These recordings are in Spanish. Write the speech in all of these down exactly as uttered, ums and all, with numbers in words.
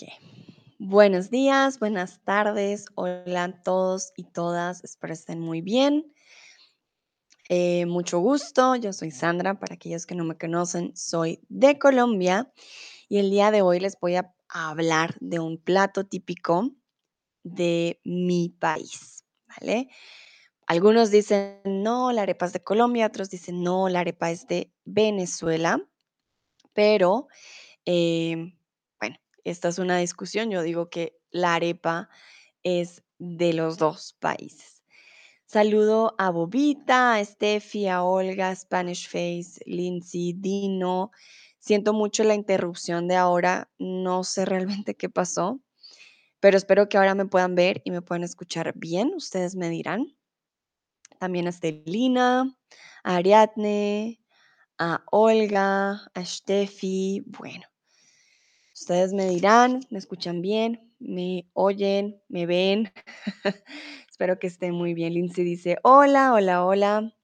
Ok. Buenos días, buenas tardes, hola a todos y todas, espero estén muy bien. Eh, mucho gusto, yo soy Sandra, para aquellos que no me conocen, soy de Colombia y el día de hoy les voy a hablar de un plato típico de mi país, ¿vale? Algunos dicen, no, la arepa es de Colombia, otros dicen, no, la arepa es de Venezuela, pero Em, bueno, esta es una discusión. Yo digo que la arepa es de los dos países. Saludo a Bobita, a Steffi, a Olga, Spanish Face, Lindsay, Dino. Siento mucho la interrupción de ahora. No sé realmente qué pasó, pero espero que ahora me puedan ver y me puedan escuchar bien. Ustedes me dirán. También a Estelina, a Ariadne, a Olga, a Steffi. Bueno. Ustedes me dirán, ¿me escuchan bien? ¿Me oyen? ¿Me ven? Espero que estén muy bien. Lindsay dice, hola, hola, hola.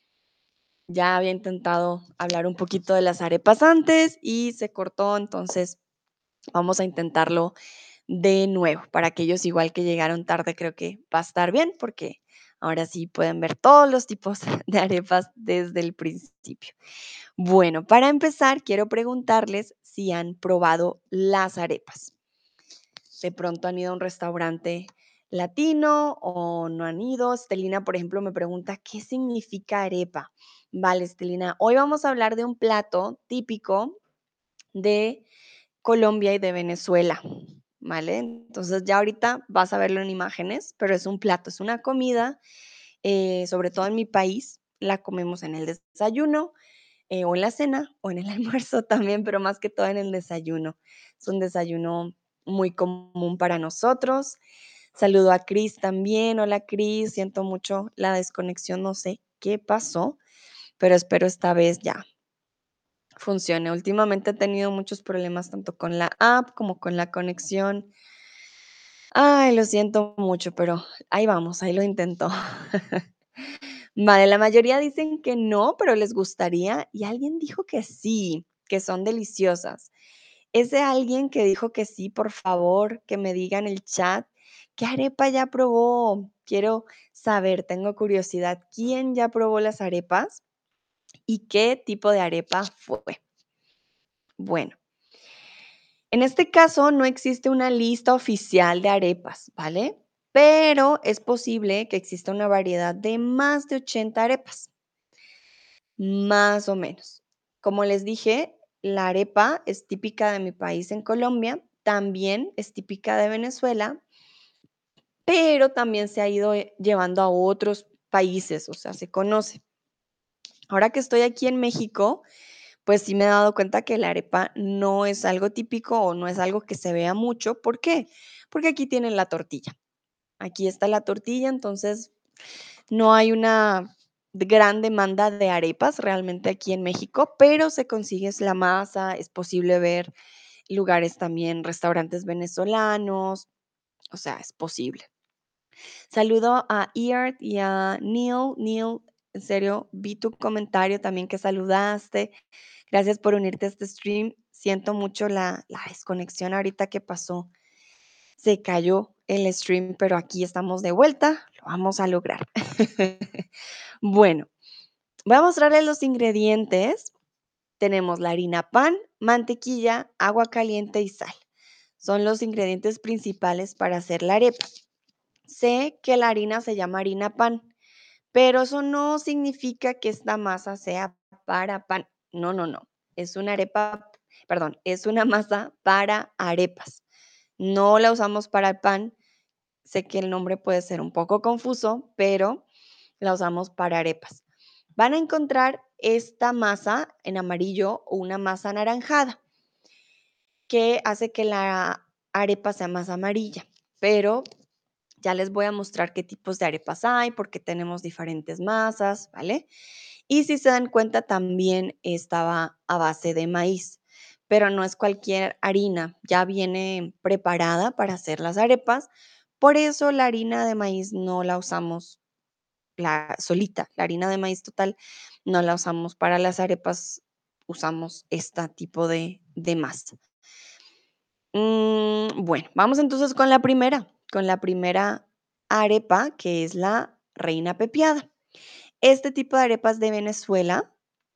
Ya había intentado hablar un poquito de las arepas antes y se cortó, entonces vamos a intentarlo de nuevo. Para aquellos igual que llegaron tarde, creo que va a estar bien porque ahora sí pueden ver todos los tipos de arepas desde el principio. Bueno, para empezar, quiero preguntarles si han probado las arepas. De pronto han ido a un restaurante latino o no han ido. Estelina, por ejemplo, me pregunta, ¿qué significa arepa? Vale, Estelina, hoy vamos a hablar de un plato típico de Colombia y de Venezuela, ¿vale? Entonces ya ahorita vas a verlo en imágenes, pero es un plato, es una comida, eh, sobre todo en mi país, la comemos en el desayuno, eh, o en la cena o en el almuerzo también, pero más que todo en el desayuno. Es un desayuno muy común para nosotros. Saludo a Cris también. Hola Cris, siento mucho la desconexión, no sé qué pasó, pero espero esta vez ya funcione. Últimamente he tenido muchos problemas tanto con la app como con la conexión. Ay, lo siento mucho, pero ahí vamos, ahí lo intento. Vale, la mayoría dicen que no, pero les gustaría, y alguien dijo que sí, que son deliciosas. Ese alguien que dijo que sí, por favor, que me diga en el chat, ¿qué arepa ya probó? Quiero saber, tengo curiosidad, ¿quién ya probó las arepas y qué tipo de arepa fue? Bueno, en este caso no existe una lista oficial de arepas, ¿vale? Pero es posible que exista una variedad de más de ochenta arepas. Más o menos. Como les dije, la arepa es típica de mi país en Colombia, también es típica de Venezuela, pero también se ha ido eh, llevando a otros países, o sea, se conoce. Ahora que estoy aquí en México, pues sí me he dado cuenta que la arepa no es algo típico o no es algo que se vea mucho. ¿Por qué? Porque aquí tienen la tortilla. Aquí está la tortilla, entonces no hay una gran demanda de arepas realmente aquí en México, pero se consigue es la masa, es posible ver lugares también, restaurantes venezolanos, o sea, es posible. Saludo a Eart y a Neil. Neil, en serio, vi tu comentario también que saludaste. Gracias por unirte a este stream. Siento mucho la, la desconexión ahorita que pasó. Se cayó el stream, pero aquí estamos de vuelta. Lo vamos a lograr. Bueno, voy a mostrarles los ingredientes. Tenemos la harina pan, mantequilla, agua caliente y sal. Son los ingredientes principales para hacer la arepa. Sé que la harina se llama harina pan, pero eso no significa que esta masa sea para pan. No, no, no. Es una arepa, perdón, es una masa para arepas. No la usamos para el pan. Sé que el nombre puede ser un poco confuso, pero la usamos para arepas. Van a encontrar esta masa en amarillo o una masa anaranjada que hace que la arepa sea más amarilla, pero ya les voy a mostrar qué tipos de arepas hay, porque tenemos diferentes masas, ¿vale? Y si se dan cuenta, también estaba a base de maíz, pero no es cualquier harina, ya viene preparada para hacer las arepas. Por eso la harina de maíz no la usamos la solita, la harina de maíz total no la usamos para las arepas, usamos este tipo de, de masa. Mm, bueno, vamos entonces con la primera, con la primera arepa, que es la reina pepiada. Este tipo de arepas de Venezuela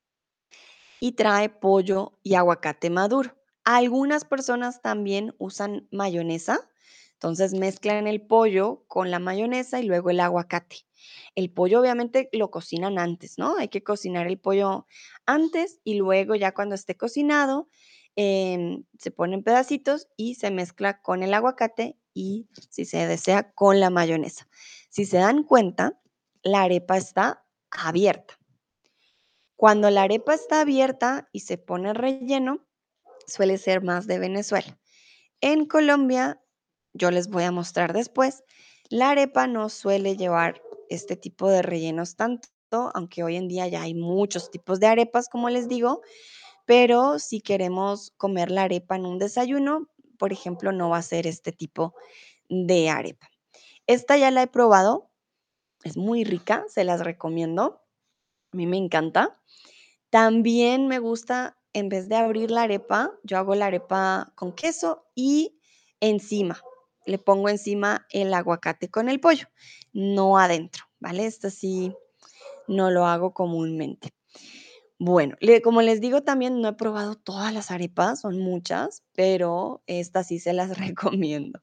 y trae pollo y aguacate maduro. Algunas personas también usan mayonesa, entonces mezclan el pollo con la mayonesa y luego el aguacate. El pollo obviamente lo cocinan antes, ¿no? Hay que cocinar el pollo antes y luego ya cuando esté cocinado em, se ponen pedacitos y se mezcla con el aguacate y si se desea con la mayonesa. Si se dan cuenta, la arepa está abierta. Cuando la arepa está abierta y se pone relleno, suele ser más de Venezuela. En Colombia, yo les voy a mostrar después, la arepa no suele llevar este tipo de rellenos tanto, aunque hoy en día ya hay muchos tipos de arepas, como les digo, pero si queremos comer la arepa en un desayuno, por ejemplo, no va a ser este tipo de arepa. Esta ya la he probado, es muy rica, se las recomiendo, a mí me encanta. También me gusta, en vez de abrir la arepa, yo hago la arepa con queso y encima, le pongo encima el aguacate con el pollo, no adentro, ¿vale? Esto sí no lo hago comúnmente. Bueno, le- como les digo, también no he probado todas las arepas, son muchas, pero estas sí se las recomiendo.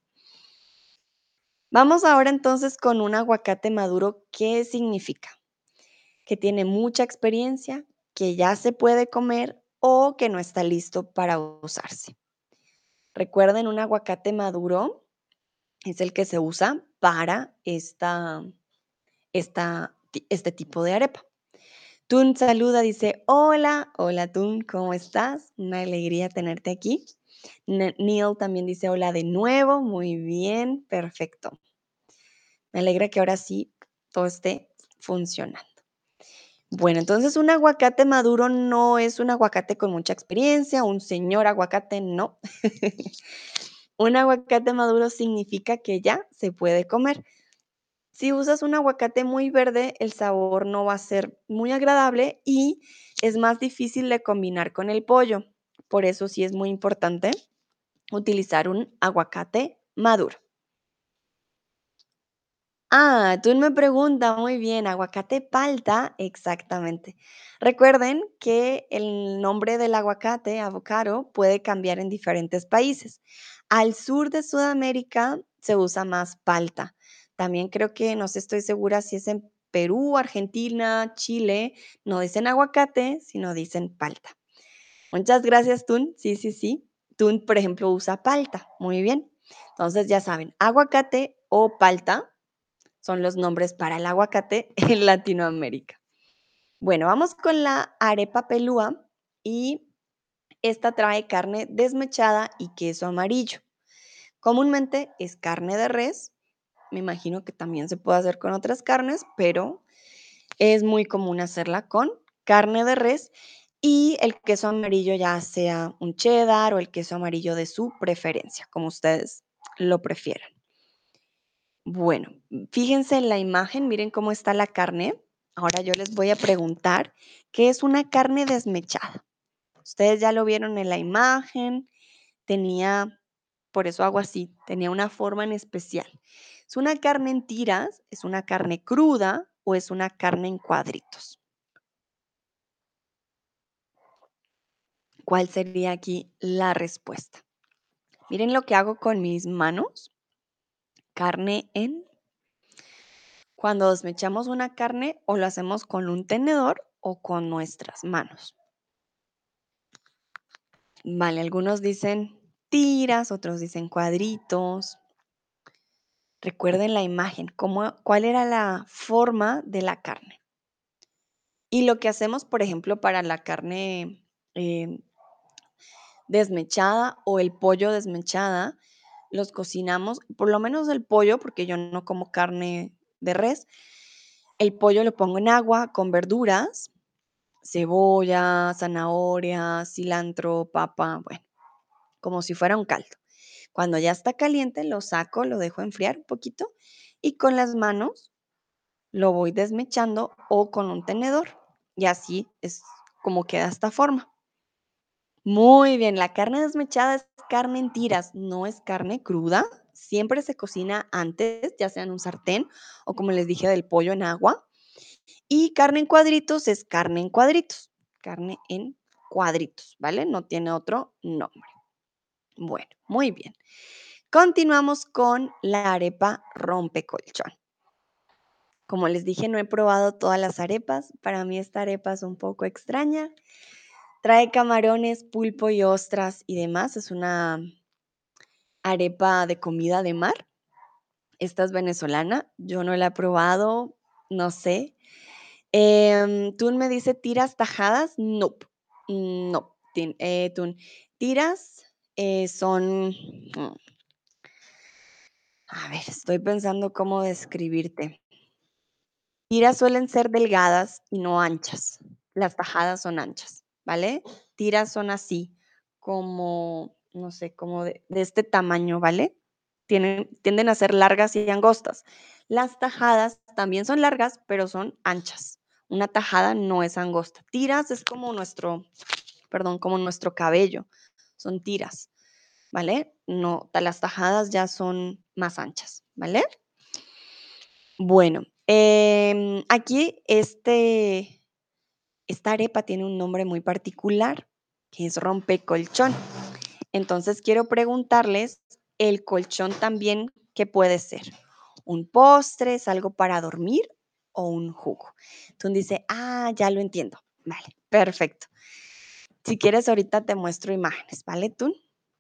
Vamos ahora entonces con un aguacate maduro. ¿Qué significa? Que tiene mucha experiencia, que ya se puede comer o que no está listo para usarse. Recuerden, un aguacate maduro es el que se usa para esta, esta, ti- este tipo de arepa. Tun saluda, dice, hola, hola Tun, ¿cómo estás? Una alegría tenerte aquí. Ne- Neil también dice, hola de nuevo, muy bien, perfecto. Me alegra que ahora sí todo esté funcionando. Bueno, entonces un aguacate maduro no es un aguacate con mucha experiencia, un señor aguacate, no. Un aguacate maduro significa que ya se puede comer. Si usas un aguacate muy verde, el sabor no va a ser muy agradable y es más difícil de combinar con el pollo. Por eso sí es muy importante utilizar un aguacate maduro. Ah, tú me pregunta, muy bien, aguacate palta, exactamente. Recuerden que el nombre del aguacate, avocado, puede cambiar en diferentes países. Al sur de Sudamérica se usa más palta. También creo que, no sé, estoy segura si es en Perú, Argentina, Chile, no dicen aguacate, sino dicen palta. Muchas gracias, Tun. Sí, sí, sí. Tun, por ejemplo, usa palta. Muy bien. Entonces ya saben, aguacate o palta son los nombres para el aguacate en Latinoamérica. Bueno, vamos con la arepa pelúa y esta trae carne desmechada y queso amarillo. Comúnmente es carne de res, me imagino que también se puede hacer con otras carnes, pero es muy común hacerla con carne de res y el queso amarillo ya sea un cheddar o el queso amarillo de su preferencia, como ustedes lo prefieran. Bueno, fíjense en la imagen, miren cómo está la carne. Ahora yo les voy a preguntar, ¿qué es una carne desmechada? Ustedes ya lo vieron en la imagen, tenía, por eso hago así, tenía una forma en especial. ¿Es una carne en tiras? ¿Es una carne cruda o es una carne en cuadritos? ¿Cuál sería aquí la respuesta? Miren lo que hago con mis manos. Carne en. Cuando desmechamos una carne, o lo hacemos con un tenedor o con nuestras manos. Vale, algunos dicen tiras, otros dicen cuadritos. Recuerden la imagen, cómo, cuál era la forma de la carne. Y lo que hacemos, por ejemplo, para la carne eh, desmechada o el pollo desmechada, los cocinamos, por lo menos el pollo, porque yo no como carne de res, el pollo lo pongo en agua con verduras, cebolla, zanahoria, cilantro, papa, bueno, como si fuera un caldo. Cuando ya está caliente, lo saco, lo dejo enfriar un poquito y con las manos lo voy desmechando o con un tenedor. Y así es como queda esta forma. Muy bien, la carne desmechada es carne en tiras, no es carne cruda. Siempre se cocina antes, ya sea en un sartén o como les dije del pollo en agua. Y carne en cuadritos es carne en cuadritos, carne en cuadritos, ¿vale? No tiene otro nombre. Bueno, muy bien. Continuamos con la arepa rompecolchón. Como les dije, no he probado todas las arepas. Para mí esta arepa es un poco extraña. Trae camarones, pulpo y ostras y demás. Es una arepa de comida de mar. Esta es venezolana. Yo no la he probado, no sé. Em, Tun me dice tiras tajadas. Nope. No. Tin- eh, Tun. Tiras eh, son... mm, A ver, estoy pensando cómo describirte. Tiras suelen ser delgadas y no anchas. Las tajadas son anchas, ¿vale? Tiras son así, como, no sé, como de, de este tamaño, ¿vale? Tienen, tienden a ser largas y angostas. Las tajadas también son largas, pero son anchas. Una tajada no es angosta. Tiras es como nuestro, perdón, como nuestro cabello. Son tiras, ¿vale? No, ta- las tajadas ya son más anchas, ¿vale? Bueno, em, aquí este, esta arepa tiene un nombre muy particular, que es rompecolchón. Entonces quiero preguntarles, ¿el colchón también qué puede ser? ¿Un postre, es algo para dormir o un jugo? Entonces dice, ah, ya lo entiendo. Vale, perfecto. Si quieres, ahorita te muestro imágenes, ¿vale, tú?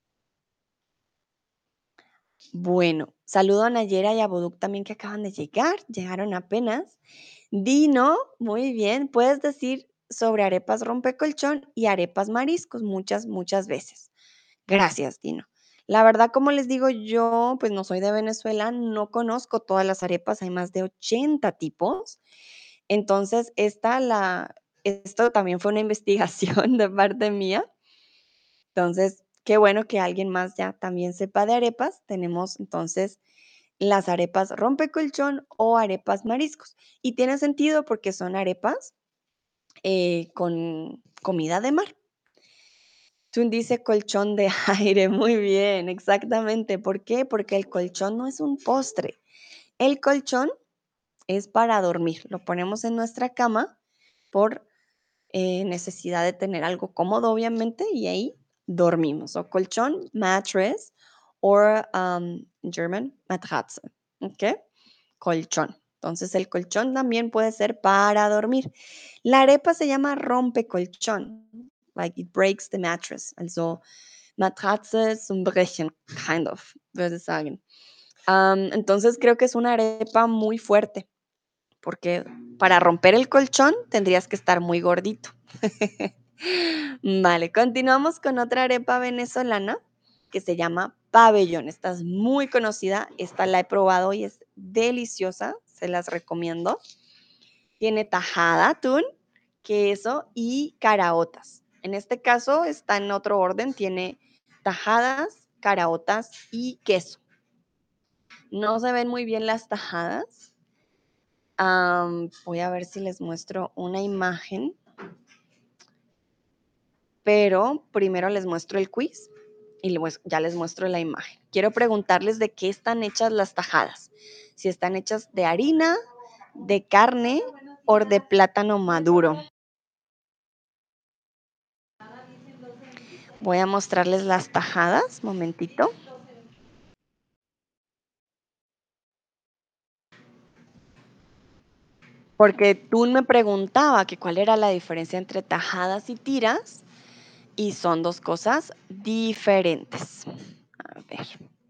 Bueno, saludo a Nayera y a Boduk también que acaban de llegar, llegaron apenas. Dino, muy bien, puedes decir sobre arepas rompecolchón y arepas mariscos muchas, muchas veces. Gracias, Dino. La verdad, como les digo, yo pues no soy de Venezuela, no conozco todas las arepas, hay más de ochenta tipos. Entonces, esta la, esto también fue una investigación de parte mía. Entonces, qué bueno que alguien más ya también sepa de arepas. Tenemos entonces las arepas rompecolchón o arepas mariscos. Y tiene sentido porque son arepas eh, con comida de mar. Tun dice colchón de aire, muy bien, exactamente. ¿Por qué? Porque el colchón no es un postre. El colchón es para dormir. Lo ponemos en nuestra cama por eh, necesidad de tener algo cómodo, obviamente, y ahí dormimos. O colchón, mattress, o um, German, Matratze. ¿Ok? Colchón. Entonces, el colchón también puede ser para dormir. La arepa se llama rompecolchón. Like it breaks the mattress. Also, Matratze zum Brechen, kind of, würde ich sagen. Um, entonces, creo que es una arepa muy fuerte, porque para romper el colchón tendrías que estar muy gordito. Vale, continuamos con otra arepa venezolana que se llama pabellón. Esta es muy conocida, esta la he probado y es deliciosa, se las recomiendo. Tiene tajada, atún, queso y caraotas. En este caso está en otro orden, tiene tajadas, caraotas y queso. No se ven muy bien las tajadas. Am, voy a ver si les muestro una imagen, pero primero les muestro el quiz y luego ya les muestro la imagen. Quiero preguntarles de qué están hechas las tajadas. Si están hechas de harina, de carne o de plátano maduro. Voy a mostrarles las tajadas, momentito. Porque tú me preguntaba que cuál era la diferencia entre tajadas y tiras y son dos cosas diferentes. A ver.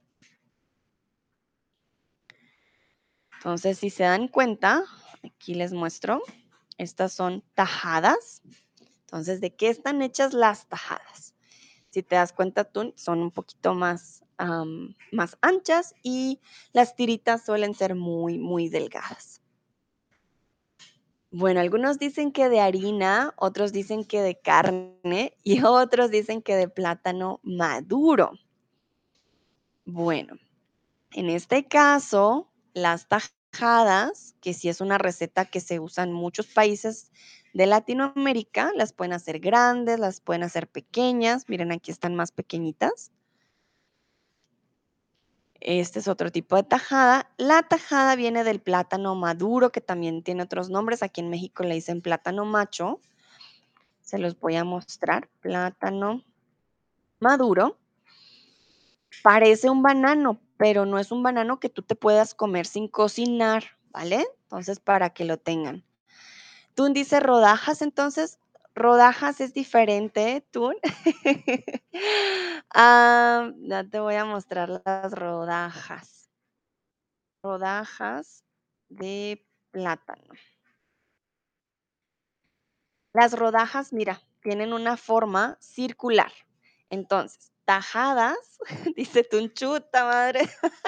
Entonces, si se dan cuenta, aquí les muestro, estas son tajadas. Entonces, ¿de qué están hechas las tajadas? Si te das cuenta tú, son un poquito más, am, más anchas y las tiritas suelen ser muy, muy delgadas. Bueno, algunos dicen que de harina, otros dicen que de carne y otros dicen que de plátano maduro. Bueno, en este caso, las tajadas, que sí es una receta que se usa en muchos países de Latinoamérica. Las pueden hacer grandes, las pueden hacer pequeñas. Miren, aquí están más pequeñitas. Este es otro tipo de tajada. La tajada viene del plátano maduro, que también tiene otros nombres. Aquí en México le dicen plátano macho. Se los voy a mostrar. Plátano maduro. Parece un banano, pero no es un banano que tú te puedas comer sin cocinar, ¿vale? Entonces, para que lo tengan. Tun dice rodajas, entonces, rodajas es diferente, Tun. Ah, ya te voy a mostrar las rodajas. Rodajas de plátano. Las rodajas, mira, tienen una forma circular. Entonces, tajadas, dice Tun, chuta madre.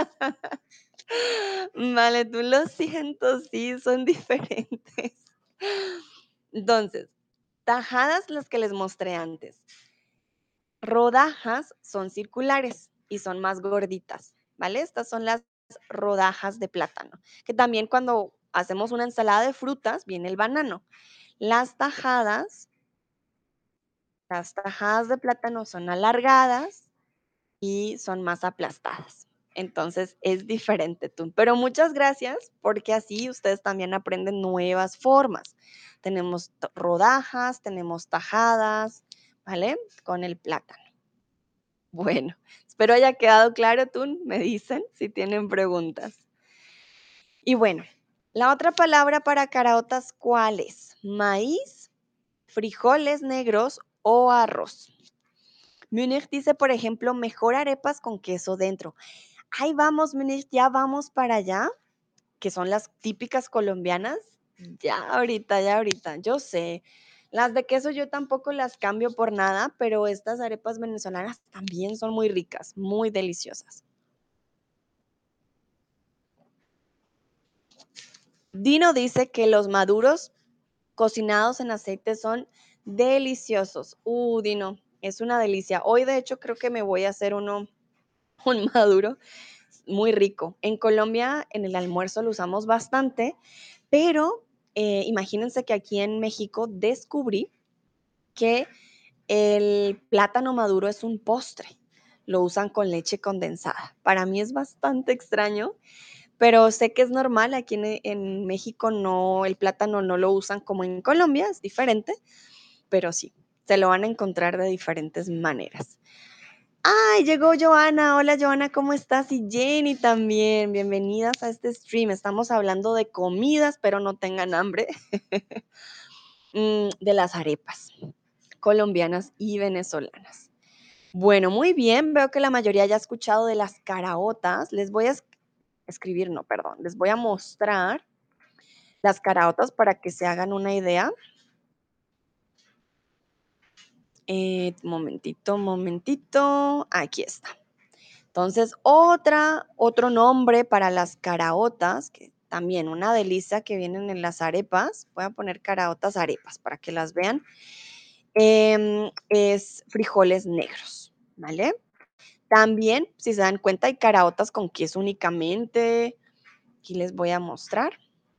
Vale, tú lo siento, sí, son diferentes. Entonces, tajadas las que les mostré antes. Rodajas son circulares y son más gorditas, ¿vale? Estas son las rodajas de plátano, que también cuando hacemos una ensalada de frutas viene el banano. Las tajadas, las tajadas de plátano son alargadas y son más aplastadas. Entonces es diferente tú. Pero muchas gracias porque así ustedes también aprenden nuevas formas. Tenemos t- rodajas, tenemos tajadas, ¿vale? Con el plátano. Bueno, espero haya quedado claro, tú me dicen si tienen preguntas. Y bueno, la otra palabra para caraotas, ¿cuál es? Maíz, frijoles negros o arroz. Munich dice, por ejemplo, mejor arepas con queso dentro. Ahí vamos, Munich, ya vamos para allá, que son las típicas colombianas. Ya ahorita, ya ahorita, yo sé. Las de queso yo tampoco las cambio por nada, pero estas arepas venezolanas también son muy ricas, muy deliciosas. Dino dice que los maduros cocinados en aceite son deliciosos. Uh, Dino, es una delicia. Hoy de hecho creo que me voy a hacer uno, un maduro muy rico. En Colombia en el almuerzo lo usamos bastante, pero eh, imagínense que aquí en México descubrí que el plátano maduro es un postre. Lo usan con leche condensada. Para mí es bastante extraño, pero sé que es normal. Aquí en, en México no, el plátano no lo usan como en Colombia, es diferente, pero sí, se lo van a encontrar de diferentes maneras. Ay, llegó Joana. Hola Joana, ¿cómo estás? Y Jenny también. Bienvenidas a este stream. Estamos hablando de comidas, pero no tengan hambre. Mm, de las arepas colombianas y venezolanas. Bueno, muy bien. Veo que la mayoría ya ha escuchado de las caraotas. Les voy a es- escribir, no, perdón. Les voy a mostrar las caraotas para que se hagan una idea. Eh, momentito, momentito. Aquí está. Entonces, otra, otro nombre para las caraotas, que también una delicia que vienen en las arepas, voy a poner caraotas arepas para que las vean, em, es frijoles negros, ¿vale? También, si se dan cuenta, hay caraotas con queso únicamente. Aquí les voy a mostrar.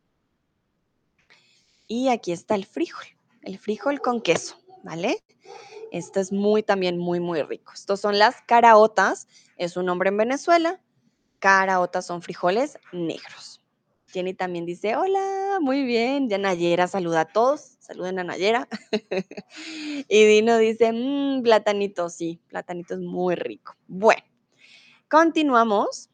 Y aquí está el frijol, el frijol con queso, ¿vale? Este es muy, también muy, muy rico. Estos son las caraotas, es un nombre en Venezuela. Caraotas son frijoles negros. Jenny también dice, hola, muy bien. Ya Nayera saluda a todos. Saluden a Nayera. Y Dino dice, mmm, platanito, sí, platanito es muy rico. Bueno, continuamos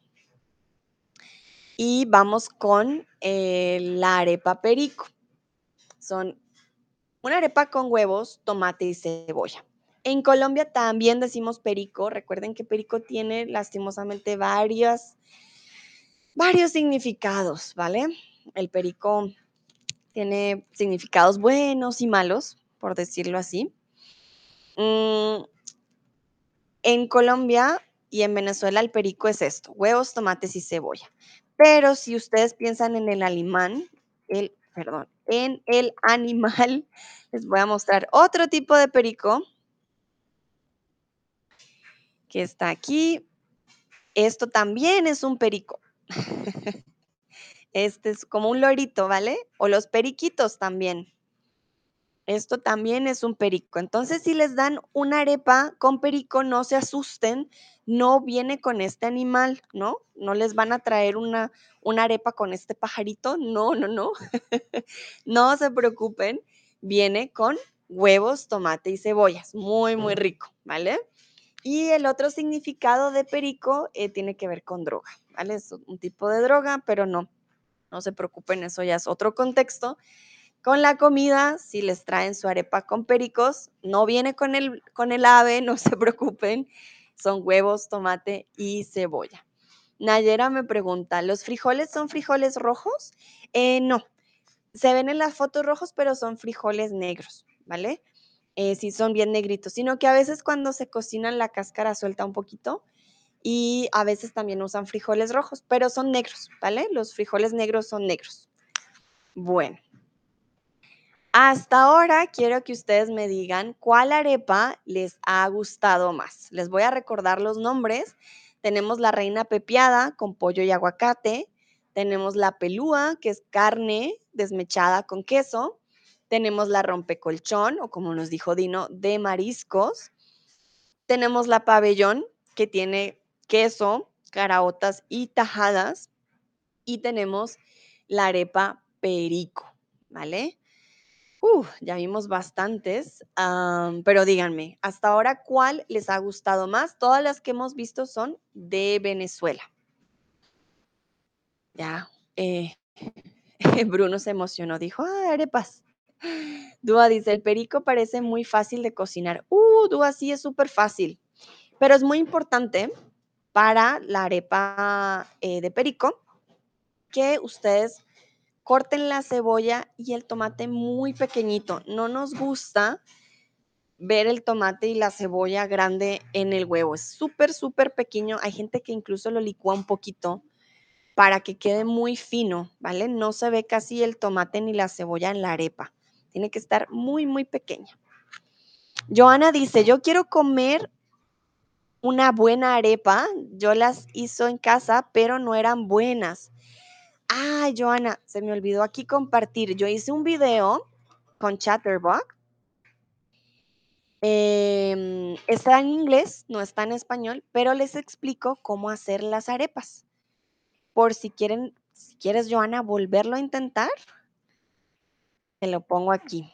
y vamos con eh, la arepa perico. Son una arepa con huevos, tomate y cebolla. En Colombia también decimos perico. Recuerden que perico tiene lastimosamente varias varios significados, ¿vale? El perico tiene significados buenos y malos, por decirlo así. Mm, en Colombia y en Venezuela el perico es esto, huevos, tomates y cebolla. Pero si ustedes piensan en el alemán, el, perdón, en el animal, les voy a mostrar otro tipo de perico que está aquí. Esto también es un perico. Este es como un lorito, ¿vale? O los periquitos también. Esto también es un perico. Entonces, si les dan una arepa con perico, no se asusten, no viene con este animal, ¿no? No les van a traer una, una arepa con este pajarito, no, no, no. No se preocupen, viene con huevos, tomate y cebollas, muy, muy rico, ¿vale? Y el otro significado de perico eh, tiene que ver con droga, ¿vale? Es un tipo de droga, pero no, no se preocupen, eso ya es otro contexto. Con la comida, si les traen su arepa con pericos, no viene con el, con el ave, no se preocupen, son huevos, tomate y cebolla. Nayera me pregunta, ¿los frijoles son frijoles rojos? Eh, no, se ven en las fotos rojos, pero son frijoles negros, ¿vale? Eh, sí son bien negritos, sino que a veces cuando se cocinan la cáscara suelta un poquito y a veces también usan frijoles rojos, pero son negros, ¿vale? Los frijoles negros son negros. Bueno, hasta ahora quiero que ustedes me digan cuál arepa les ha gustado más. Les voy a recordar los nombres. Tenemos la reina pepiada con pollo y aguacate. Tenemos la pelúa, que es carne desmechada con queso. Tenemos la rompecolchón, o como nos dijo Dino, de mariscos. Tenemos la pabellón, que tiene queso, caraotas y tajadas. Y tenemos la arepa perico, ¿vale? Uh, ya vimos bastantes, am, pero díganme, hasta ahora, ¿cuál les ha gustado más? Todas las que hemos visto son de Venezuela. Ya, eh, Bruno se emocionó, dijo, ah, arepas. Dúa dice, el perico parece muy fácil de cocinar. Uh, Dúa, sí es súper fácil, pero es muy importante para la arepa eh, de perico que ustedes corten la cebolla y el tomate muy pequeñito. No nos gusta ver el tomate y la cebolla grande en el huevo. Es súper, súper pequeño. Hay gente que incluso lo licúa un poquito para que quede muy fino, ¿vale? No se ve casi el tomate ni la cebolla en la arepa. Tiene que estar muy, muy pequeña. Joana dice, yo quiero comer una buena arepa. Yo las hizo en casa, pero no eran buenas. Ay, Joana, se me olvidó aquí compartir. Yo hice un video con Chatterbox. Eh, está en inglés, no está en español, pero les explico cómo hacer las arepas. Por si quieren, si quieres, Joana, volverlo a intentar, te lo pongo aquí.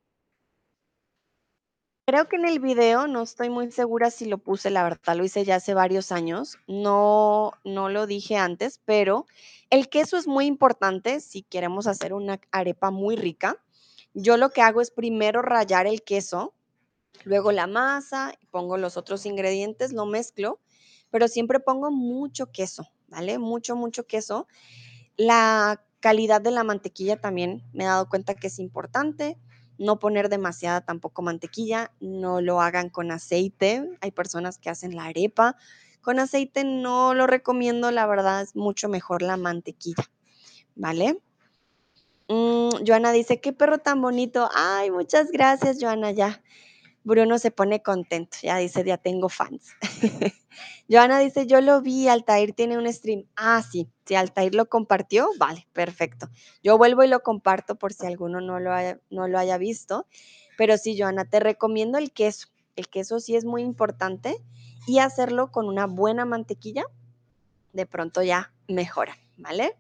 Creo que en el video, no estoy muy segura si lo puse, la verdad, lo hice ya hace varios años. No, no lo dije antes, pero el queso es muy importante si queremos hacer una arepa muy rica. Yo lo que hago es primero rallar el queso, luego la masa, pongo los otros ingredientes, lo mezclo, pero siempre pongo mucho queso, ¿vale? Mucho, mucho queso. La calidad de la mantequilla también me he dado cuenta que es importante. No poner demasiada tampoco mantequilla, no lo hagan con aceite. Hay personas que hacen la arepa con aceite, no lo recomiendo, la verdad es mucho mejor la mantequilla, ¿vale? Mm, Joana dice, qué perro tan bonito. Ay, muchas gracias, Joana, ya. Bruno se pone contento, ya dice, ya tengo fans. Joana dice, yo lo vi, Altair tiene un stream. Ah, sí, si Altair lo compartió, vale, perfecto. Yo vuelvo y lo comparto por si alguno no lo haya, no lo haya visto. Pero sí, Joana, te recomiendo el queso. El queso sí es muy importante y hacerlo con una buena mantequilla, de pronto ya mejora, ¿vale?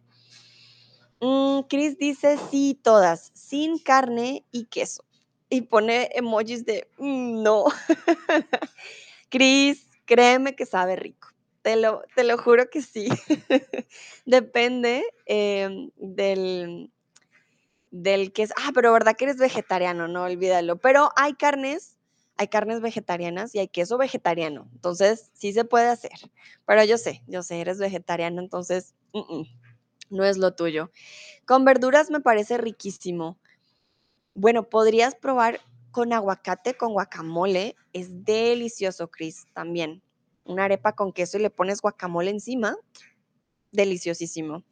Mm, Chris dice, sí, todas, sin carne y queso. Y pone emojis de, mm, no. Cris, créeme que sabe rico. Te lo, te lo juro que sí. Depende eh, del, del que es. Ah, pero verdad que eres vegetariano, no olvídalo. Pero hay carnes, hay carnes vegetarianas y hay queso vegetariano. Entonces, sí se puede hacer. Pero yo sé, yo sé, eres vegetariano, entonces mm, mm, no es lo tuyo. Con verduras me parece riquísimo. Bueno, podrías probar con aguacate, con guacamole. Es delicioso, Chris, también. Una arepa con queso y le pones guacamole encima. Deliciosísimo.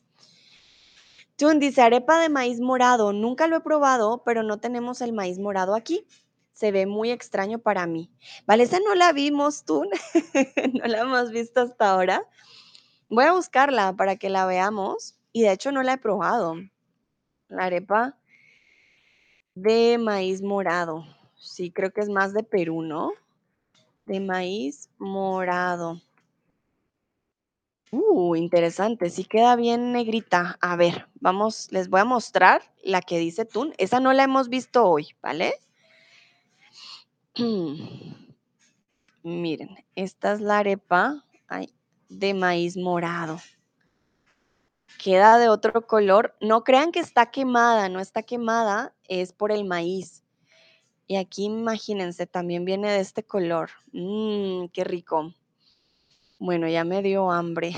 Tun dice, arepa de maíz morado. Nunca lo he probado, pero no tenemos el maíz morado aquí. Se ve muy extraño para mí. Vale, esa no la vimos, Tun. No la hemos visto hasta ahora. Voy a buscarla para que la veamos. Y de hecho no la he probado. La arepa De maíz morado. Sí, creo que es más de Perú, ¿no? De maíz morado. Uh, interesante, sí queda bien negrita. A ver, vamos, les voy a mostrar la que dice Tun. Esa no la hemos visto hoy, ¿vale? Miren, esta es la arepa ay, de maíz morado. Queda de otro color. No crean que está quemada, no está quemada, es por el maíz. Y aquí imagínense, también viene de este color. Mmm, qué rico. Bueno, ya me dio hambre.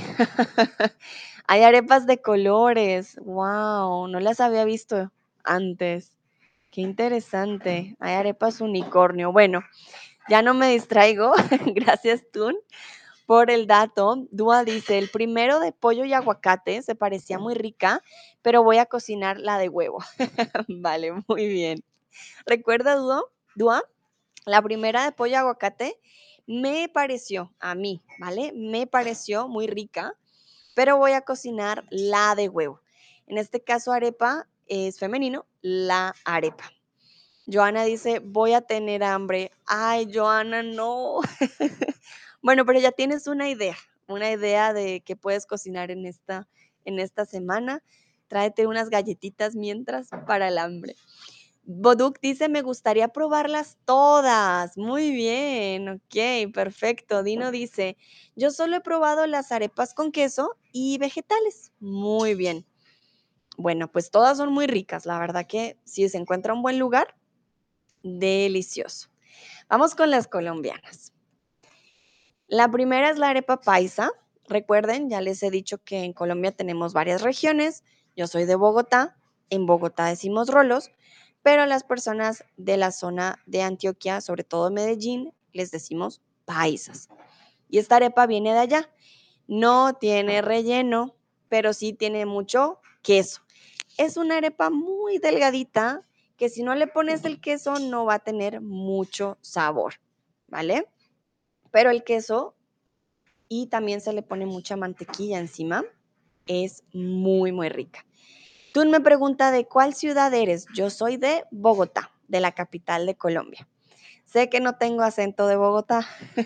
Hay arepas de colores. Wow, no las había visto antes. Qué interesante. Hay arepas unicornio. Bueno, ya no me distraigo. Gracias, Tun, por el dato. Dua dice, el primero de pollo y aguacate se parecía muy rica, pero voy a cocinar la de huevo. Vale, muy bien. ¿Recuerda, Dua? Dua, la primera de pollo y aguacate me pareció, a mí, ¿vale? Me pareció muy rica, pero voy a cocinar la de huevo. En este caso, arepa es femenino, la arepa. Joana dice, voy a tener hambre. Ay, Joana, no. Bueno, pero ya tienes una idea, una idea de qué puedes cocinar en esta, en esta semana. Tráete unas galletitas mientras para el hambre. Boduk dice, me gustaría probarlas todas. Muy bien, ok, perfecto. Dino dice, yo solo he probado las arepas con queso y vegetales. Muy bien. Bueno, pues todas son muy ricas. La verdad que si se encuentra un buen lugar, delicioso. Vamos con las colombianas. La primera es la arepa paisa. Recuerden, ya les he dicho que en Colombia tenemos varias regiones. Yo soy de Bogotá. En Bogotá decimos rolos, pero a las personas de la zona de Antioquia, sobre todo Medellín, les decimos paisas. Y esta arepa viene de allá. No tiene relleno, pero sí tiene mucho queso. Es una arepa muy delgadita que si no le pones el queso no va a tener mucho sabor, ¿vale? Pero el queso y también se le pone mucha mantequilla encima. Es muy, muy rica. Tú me preguntas de cuál ciudad eres. Yo soy de Bogotá, de la capital de Colombia. Sé que no tengo acento de Bogotá,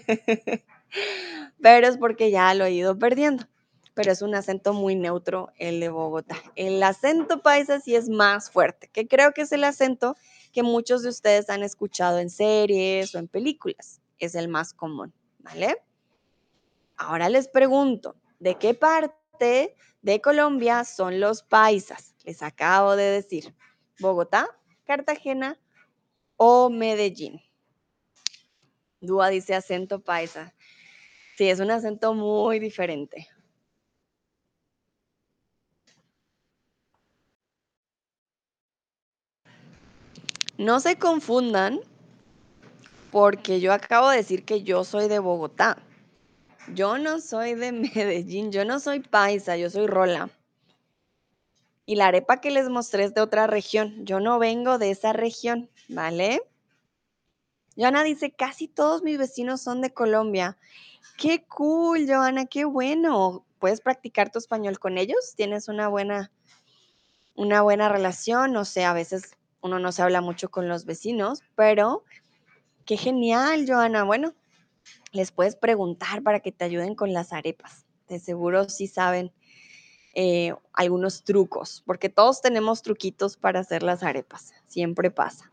pero es porque ya lo he ido perdiendo. Pero es un acento muy neutro el de Bogotá. El acento paisa sí es más fuerte, que creo que es el acento que muchos de ustedes han escuchado en series o en películas. Es el más común, ¿vale? Ahora les pregunto, ¿de qué parte de Colombia son los paisas? Les acabo de decir, ¿Bogotá, Cartagena o Medellín? Dúa dice acento paisa. Sí, es un acento muy diferente. No se confundan porque yo acabo de decir que yo soy de Bogotá. Yo no soy de Medellín, yo no soy paisa, yo soy rola. Y la arepa que les mostré es de otra región. Yo no vengo de esa región, ¿vale? Joana dice, casi todos mis vecinos son de Colombia. Qué cool, Joana, qué bueno. ¿Puedes practicar tu español con ellos? ¿Tienes una buena, una buena relación? No sé, a veces uno no se habla mucho con los vecinos, pero qué genial, Joana. Bueno, les puedes preguntar para que te ayuden con las arepas. De seguro sí saben eh, algunos trucos, porque todos tenemos truquitos para hacer las arepas. Siempre pasa.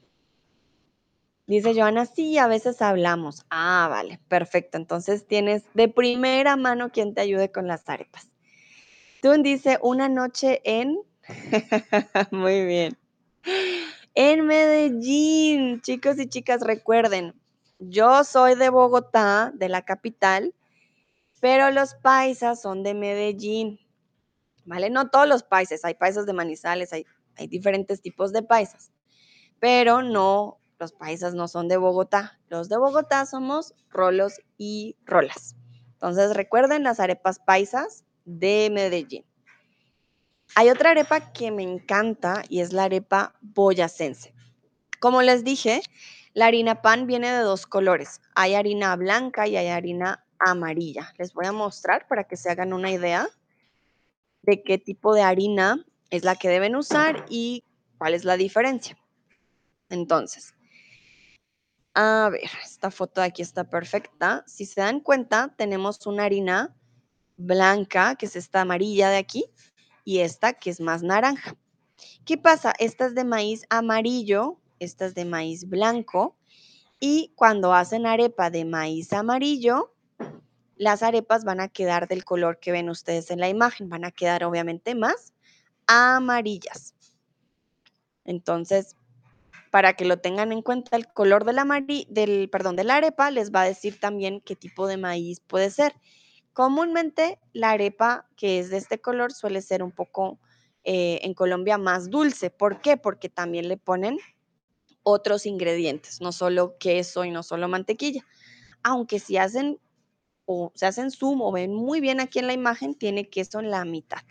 Dice Joana, sí, a veces hablamos. Ah, vale, perfecto. Entonces tienes de primera mano quien te ayude con las arepas. Tun dice, una noche en... Muy bien. En Medellín, chicos y chicas, recuerden, yo soy de Bogotá, de la capital, pero los paisas son de Medellín, ¿vale? No todos los paisas, hay paisas de Manizales, hay, hay diferentes tipos de paisas, pero no, los paisas no son de Bogotá. Los de Bogotá somos rolos y rolas. Entonces recuerden las arepas paisas de Medellín. Hay otra arepa que me encanta y es la arepa boyacense. Como les dije, la harina pan viene de dos colores. Hay harina blanca y hay harina amarilla. Les voy a mostrar para que se hagan una idea de qué tipo de harina es la que deben usar y cuál es la diferencia. Entonces, a ver, esta foto de aquí está perfecta. Si se dan cuenta, tenemos una harina blanca, que es esta amarilla de aquí, y esta que es más naranja. ¿Qué pasa? Esta es de maíz amarillo, esta es de maíz blanco, y cuando hacen arepa de maíz amarillo, las arepas van a quedar del color que ven ustedes en la imagen, van a quedar obviamente más amarillas. Entonces, para que lo tengan en cuenta, el color del, amari del, perdón, de la arepa les va a decir también qué tipo de maíz puede ser. Comúnmente la arepa que es de este color suele ser un poco eh, en Colombia más dulce. ¿Por qué? Porque también le ponen otros ingredientes, no solo queso y no solo mantequilla. Aunque si hacen o se hacen zoom o ven muy bien aquí en la imagen, tiene queso en la mitad.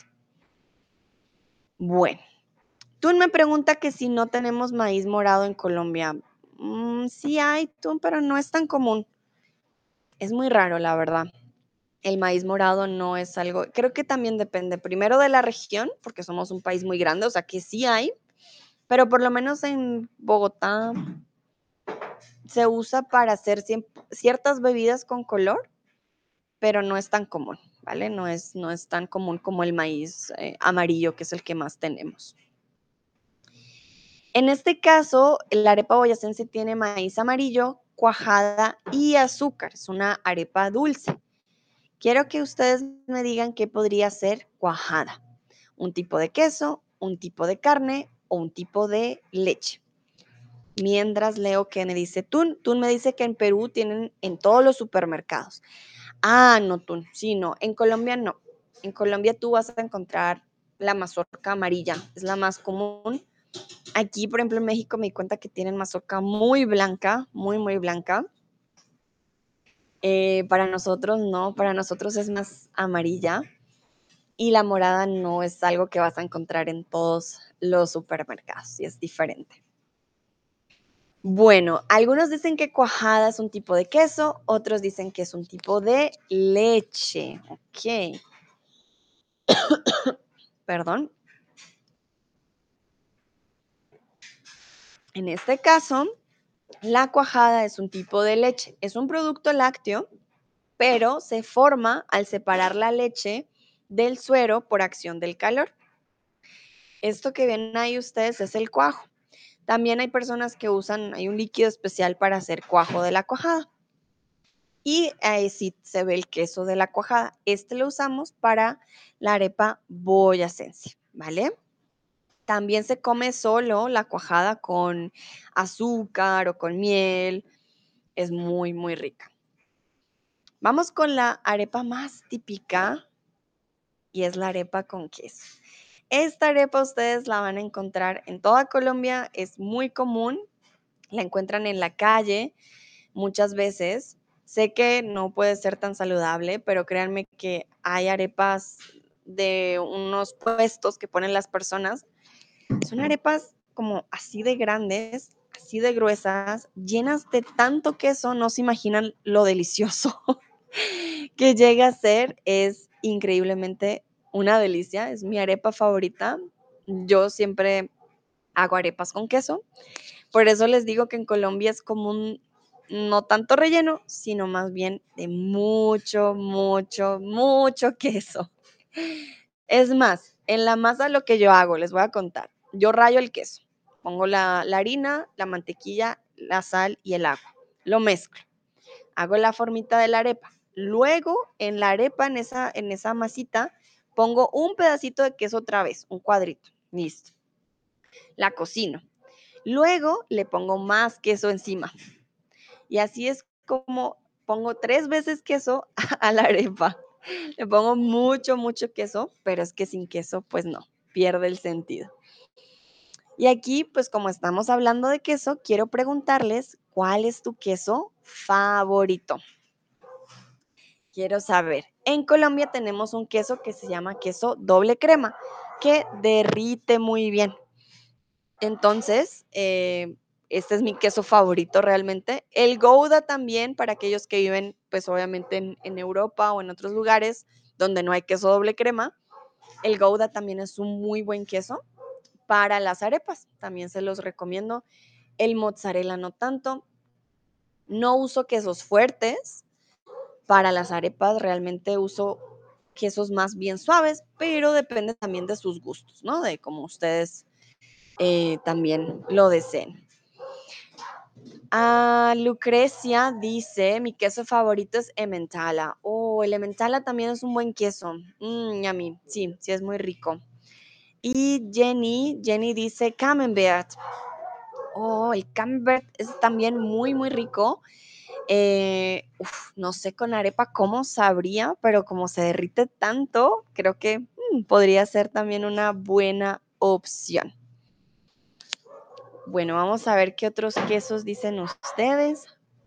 Bueno, Tun me pregunta que si no tenemos maíz morado en Colombia. Mm, sí hay, Tun, pero no es tan común. Es muy raro, la verdad. El maíz morado no es algo, creo que también depende primero de la región, porque somos un país muy grande, o sea que sí hay, pero por lo menos en Bogotá se usa para hacer ciertas bebidas con color, pero no es tan común, ¿vale? No es, no es tan común como el maíz eh, amarillo, que es el que más tenemos. En este caso, la arepa boyacense tiene maíz amarillo, cuajada y azúcar. Es una arepa dulce. Quiero que ustedes me digan qué podría ser cuajada. Un tipo de queso, un tipo de carne o un tipo de leche. Mientras leo que me dice Tun. Tun me dice que en Perú tienen en todos los supermercados. Ah, no, Tun, sí, no. En Colombia no. En Colombia tú vas a encontrar la mazorca amarilla. Es la más común. Aquí, por ejemplo, en México me di cuenta que tienen mazorca muy blanca, muy, muy blanca. Eh, para nosotros no, para nosotros es más amarilla. Y la morada no es algo que vas a encontrar en todos los supermercados y es diferente. Bueno, algunos dicen que cuajada es un tipo de queso, otros dicen que es un tipo de leche. Ok. Perdón. En este caso, la cuajada es un tipo de leche. Es un producto lácteo, pero se forma al separar la leche del suero por acción del calor. Esto que ven ahí ustedes es el cuajo. También hay personas que usan, hay un líquido especial para hacer cuajo de la cuajada. Y ahí sí se ve el queso de la cuajada. Este lo usamos para la arepa boyacense, ¿vale? También se come solo la cuajada con azúcar o con miel. Es muy, muy rica. Vamos con la arepa más típica y es la arepa con queso. Esta arepa ustedes la van a encontrar en toda Colombia, es muy común, la encuentran en la calle muchas veces. Sé que no puede ser tan saludable, pero créanme que hay arepas de unos puestos que ponen las personas. Son arepas como así de grandes, así de gruesas, llenas de tanto queso, no se imaginan lo delicioso que llega a ser. Es increíblemente una delicia, es mi arepa favorita. Yo siempre hago arepas con queso. Por eso les digo que en Colombia es común no tanto relleno, sino más bien de mucho, mucho, mucho queso. Es más, en la masa lo que yo hago, les voy a contar. Yo rayo el queso, pongo la, la harina, la mantequilla, la sal y el agua. Lo mezclo. Hago la formita de la arepa. Luego, en la arepa, en esa, en esa masita, pongo un pedacito de queso otra vez, un cuadrito. Listo. La cocino. Luego le pongo más queso encima. Y así es como pongo tres veces queso a la arepa. Le pongo mucho, mucho queso, pero es que sin queso, pues no, pierde el sentido. Y aquí, pues como estamos hablando de queso, quiero preguntarles, ¿cuál es tu queso favorito? Quiero saber. En Colombia tenemos un queso que se llama queso doble crema, que derrite muy bien. Entonces, eh, este es mi queso favorito realmente. El Gouda también, para aquellos que viven, pues obviamente en, en Europa o en otros lugares donde no hay queso doble crema. El Gouda también es un muy buen queso para las arepas. También se los recomiendo. El mozzarella no tanto. No uso quesos fuertes para las arepas, realmente uso quesos más bien suaves, pero depende también de sus gustos, ¿no? De cómo ustedes eh, también lo deseen. Ah, Lucrecia dice, mi queso favorito es Emmentaler. Oh, el Emmentaler también es un buen queso. Mm, a mí, sí, sí es muy rico. Y Jenny, Jenny dice Camembert. Oh, el Camembert es también muy, muy rico. Eh, uf, no sé con arepa cómo sabría, pero como se derrite tanto, creo que mm, podría ser también una buena opción. Bueno, vamos a ver qué otros quesos dicen ustedes.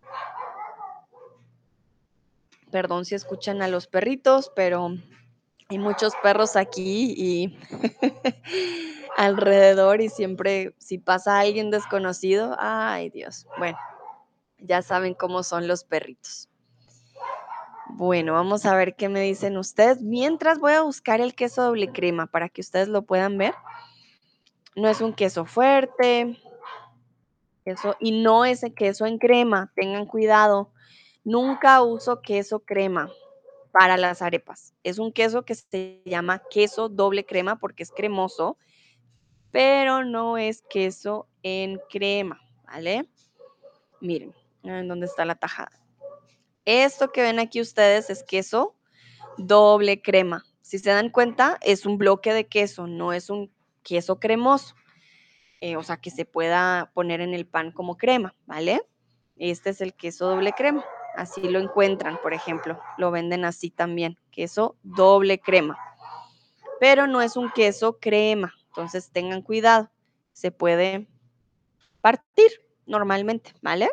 Perdón si escuchan a los perritos, pero hay muchos perros aquí y alrededor y siempre si pasa alguien desconocido, ay Dios, bueno, ya saben cómo son los perritos. Bueno, vamos a ver qué me dicen ustedes. Mientras voy a buscar el queso doble crema para que ustedes lo puedan ver. No es un queso fuerte, queso, y no es el queso en crema, tengan cuidado. Nunca uso queso crema para las arepas. Es un queso que se llama queso doble crema porque es cremoso, pero no es queso en crema, ¿vale? Miren, ¿en dónde está la tajada? Esto que ven aquí ustedes es queso doble crema. Si se dan cuenta, es un bloque de queso, no es un queso cremoso, eh, o sea, que se pueda poner en el pan como crema, ¿vale? Este es el queso doble crema. Así lo encuentran, por ejemplo, lo venden así también, queso doble crema. Pero no es un queso crema, entonces tengan cuidado, se puede partir normalmente, ¿vale?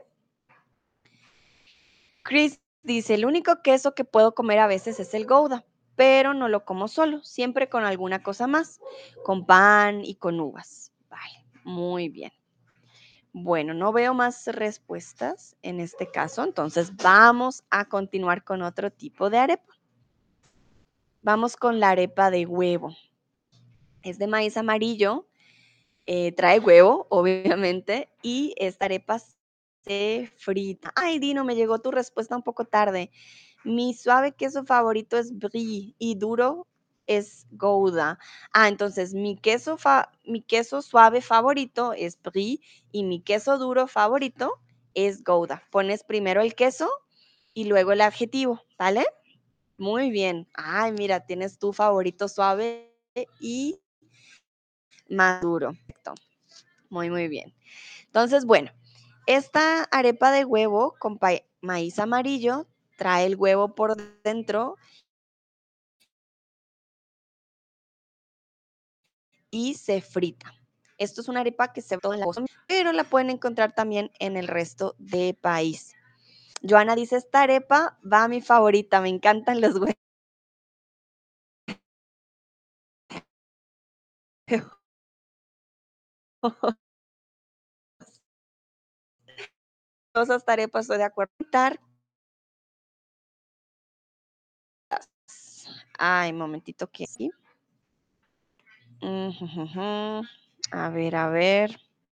Chris dice, el único queso que puedo comer a veces es el Gouda, pero no lo como solo, siempre con alguna cosa más, con pan y con uvas. Vale, muy bien. Bueno, no veo más respuestas en este caso, entonces vamos a continuar con otro tipo de arepa. Vamos con la arepa de huevo. Es de maíz amarillo, eh, trae huevo, obviamente, y esta arepa se frita. Ay, Dino, me llegó tu respuesta un poco tarde. Mi suave queso favorito es brie y duro es Gouda. Ah, entonces mi queso, fa mi queso suave favorito es brie y mi queso duro favorito es Gouda. Pones primero el queso y luego el adjetivo, ¿vale? Muy bien. Ay, mira, tienes tu favorito suave y más duro. Perfecto. Muy, muy bien. Entonces, bueno, esta arepa de huevo con maíz amarillo trae el huevo por dentro y se frita. Esto es una arepa que se ve todo en la costa, pero la pueden encontrar también en el resto de país. Joana dice, esta arepa va a mi favorita, me encantan los huevos. Todas esta arepa estoy de acuerdo. Ay, momentito que sí. Uh-huh. A ver, a ver.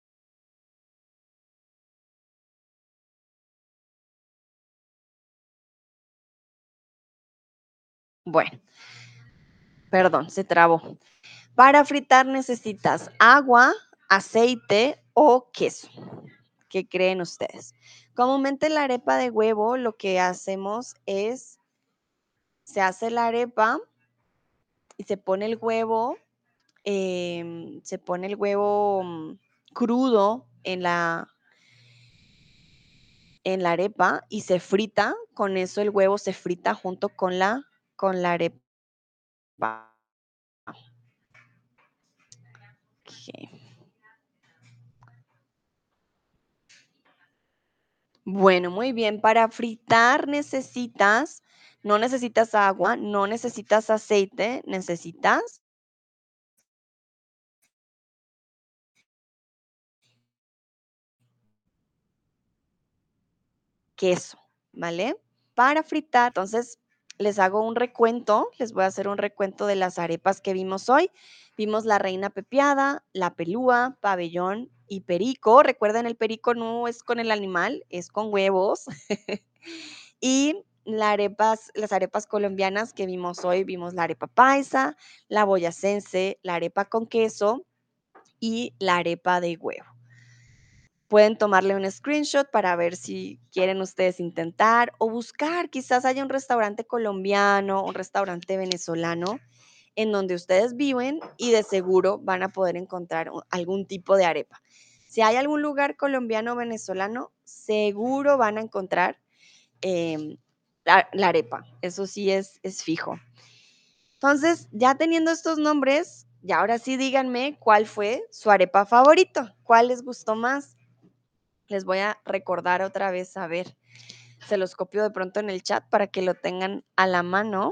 Bueno, perdón, se trabó. Para fritar necesitas agua, aceite o queso. ¿Qué creen ustedes? Comúnmente la arepa de huevo lo que hacemos es, se hace la arepa y se pone el huevo, eh, se pone el huevo mm, crudo en la, en la arepa y se frita. Con eso el huevo se frita junto con la, con la arepa. Okay. Bueno, muy bien. Para fritar necesitas, no necesitas agua, no necesitas aceite, necesitas queso, ¿vale? Para fritar, entonces les hago un recuento, les voy a hacer un recuento de las arepas que vimos hoy. Vimos la reina pepiada, la pelúa, pabellón y perico. Recuerden, el perico no es con el animal, es con huevos. Y la arepas, las arepas colombianas que vimos hoy, vimos la arepa paisa, la boyacense, la arepa con queso y la arepa de huevo. Pueden tomarle un screenshot para ver si quieren ustedes intentar o buscar, quizás haya un restaurante colombiano, un restaurante venezolano en donde ustedes viven y de seguro van a poder encontrar u- algún tipo de arepa. Si hay algún lugar colombiano o venezolano, seguro van a encontrar em, la, la arepa. Eso sí es, es fijo. Entonces, ya teniendo estos nombres, ya ahora sí díganme cuál fue su arepa favorito, cuál les gustó más. Les voy a recordar otra vez, a ver, se los copio de pronto en el chat para que lo tengan a la mano.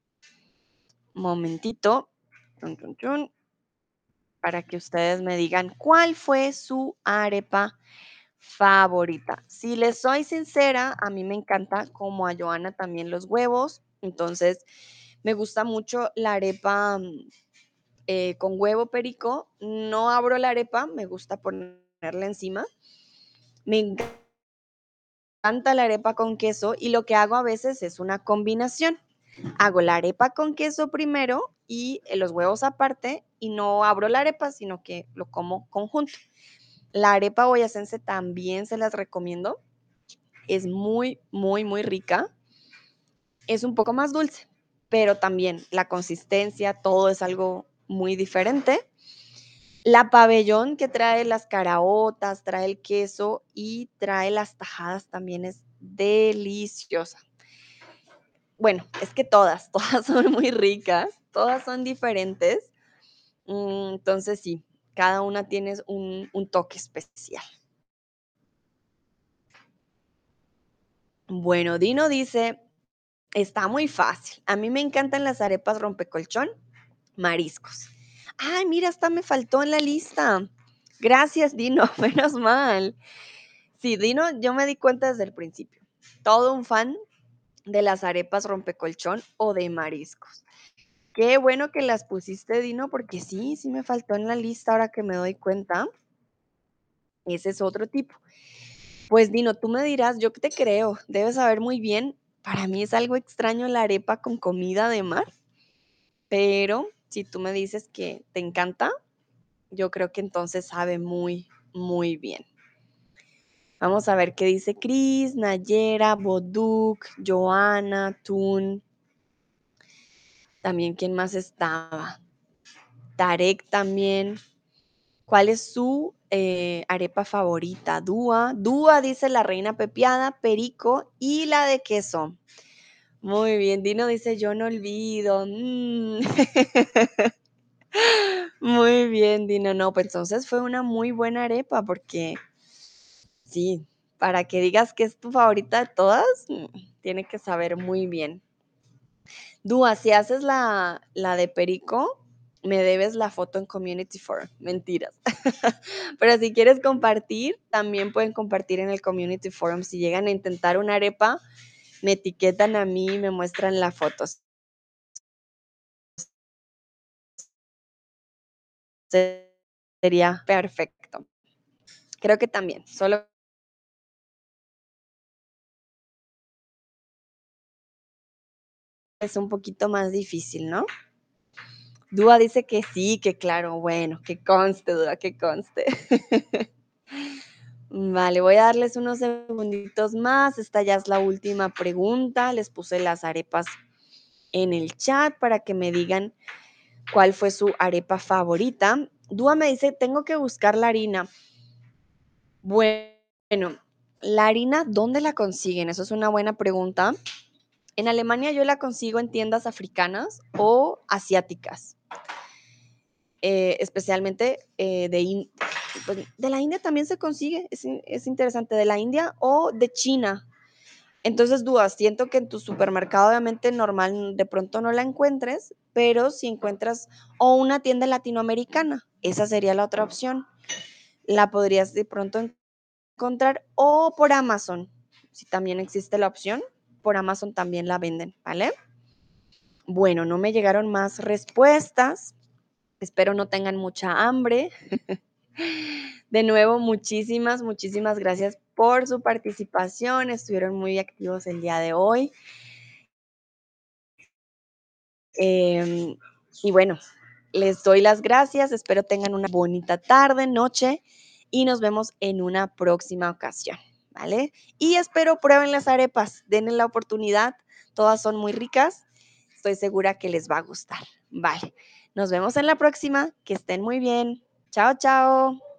Momentito, chun, chun, chun, para que ustedes me digan cuál fue su arepa favorita. Si les soy sincera, a mí me encanta como a Joana también los huevos, entonces me gusta mucho la arepa mm, eh, con huevo perico. No abro la arepa, me gusta ponerla encima. Me encanta la arepa con queso y lo que hago a veces es una combinación. Hago la arepa con queso primero y eh, los huevos aparte y no abro la arepa, sino que lo como conjunto. La arepa boyacense también se las recomiendo. Es muy, muy, muy rica. Es un poco más dulce, pero también la consistencia, todo es algo muy diferente. La pabellón que trae las caraotas, trae el queso y trae las tajadas también es deliciosa. Bueno, es que todas, todas son muy ricas, todas son diferentes. Mm, Entonces sí, cada una tiene un, un toque especial. Bueno, Dino dice, está muy fácil. A mí me encantan las arepas rompecolchón, mariscos. Ay, mira, hasta me faltó en la lista. Gracias, Dino, menos mal. Sí, Dino, yo me di cuenta desde el principio. Todo un fan de las arepas rompecolchón o de mariscos. Qué bueno que las pusiste, Dino, porque sí, sí me faltó en la lista ahora que me doy cuenta. Ese es otro tipo. Pues Dino, tú me dirás, yo te creo, debes saber muy bien. Para mí es algo extraño la arepa con comida de mar, pero si tú me dices que te encanta, yo creo que entonces sabe muy, muy bien. Vamos a ver qué dice Cris, Nayera, Boduk, Joana, Tun. También, ¿quién más estaba? Tarek también. ¿Cuál es su eh, arepa favorita? Dúa. Dúa dice la reina pepiada, perico y la de queso. Muy bien, Dino dice yo no olvido. Mm. Muy bien, Dino. No, pues entonces fue una muy buena arepa porque sí, para que digas que es tu favorita de todas, mm, tiene que saber muy bien. Dúa, si haces la, la de perico, me debes la foto en Community Forum. Mentiras. Pero si quieres compartir, también pueden compartir en el Community Forum. Si llegan a intentar una arepa, me etiquetan a mí y me muestran la foto. Sería perfecto. Creo que también, solo es un poquito más difícil, ¿no? Dúa dice que sí, que claro, bueno, que conste, Dúa, que conste. Vale, voy a darles unos segunditos más. Esta ya es la última pregunta. Les puse las arepas en el chat para que me digan cuál fue su arepa favorita. Dúa me dice, tengo que buscar la harina. Bueno, la harina, ¿dónde la consiguen? Eso es una buena pregunta. En Alemania yo la consigo en tiendas africanas o asiáticas, eh, especialmente eh, de, in- pues, de la India también se consigue, es, es interesante, de la India o de China. Entonces, dudas, siento que en tu supermercado obviamente normal de pronto no la encuentres, pero si encuentras o una tienda latinoamericana, esa sería la otra opción. La podrías de pronto encontrar o por Amazon, si también existe la opción, por Amazon también la venden, ¿vale? Bueno, no me llegaron más respuestas. Espero no tengan mucha hambre. De nuevo, muchísimas, muchísimas gracias por su participación. Estuvieron muy activos el día de hoy. Em, y bueno, les doy las gracias. Espero tengan una bonita tarde, noche y nos vemos en una próxima ocasión, ¿vale? Y espero prueben las arepas, denle la oportunidad. Todas son muy ricas. Estoy segura que les va a gustar. Vale, nos vemos en la próxima. Que estén muy bien. Chao, chao.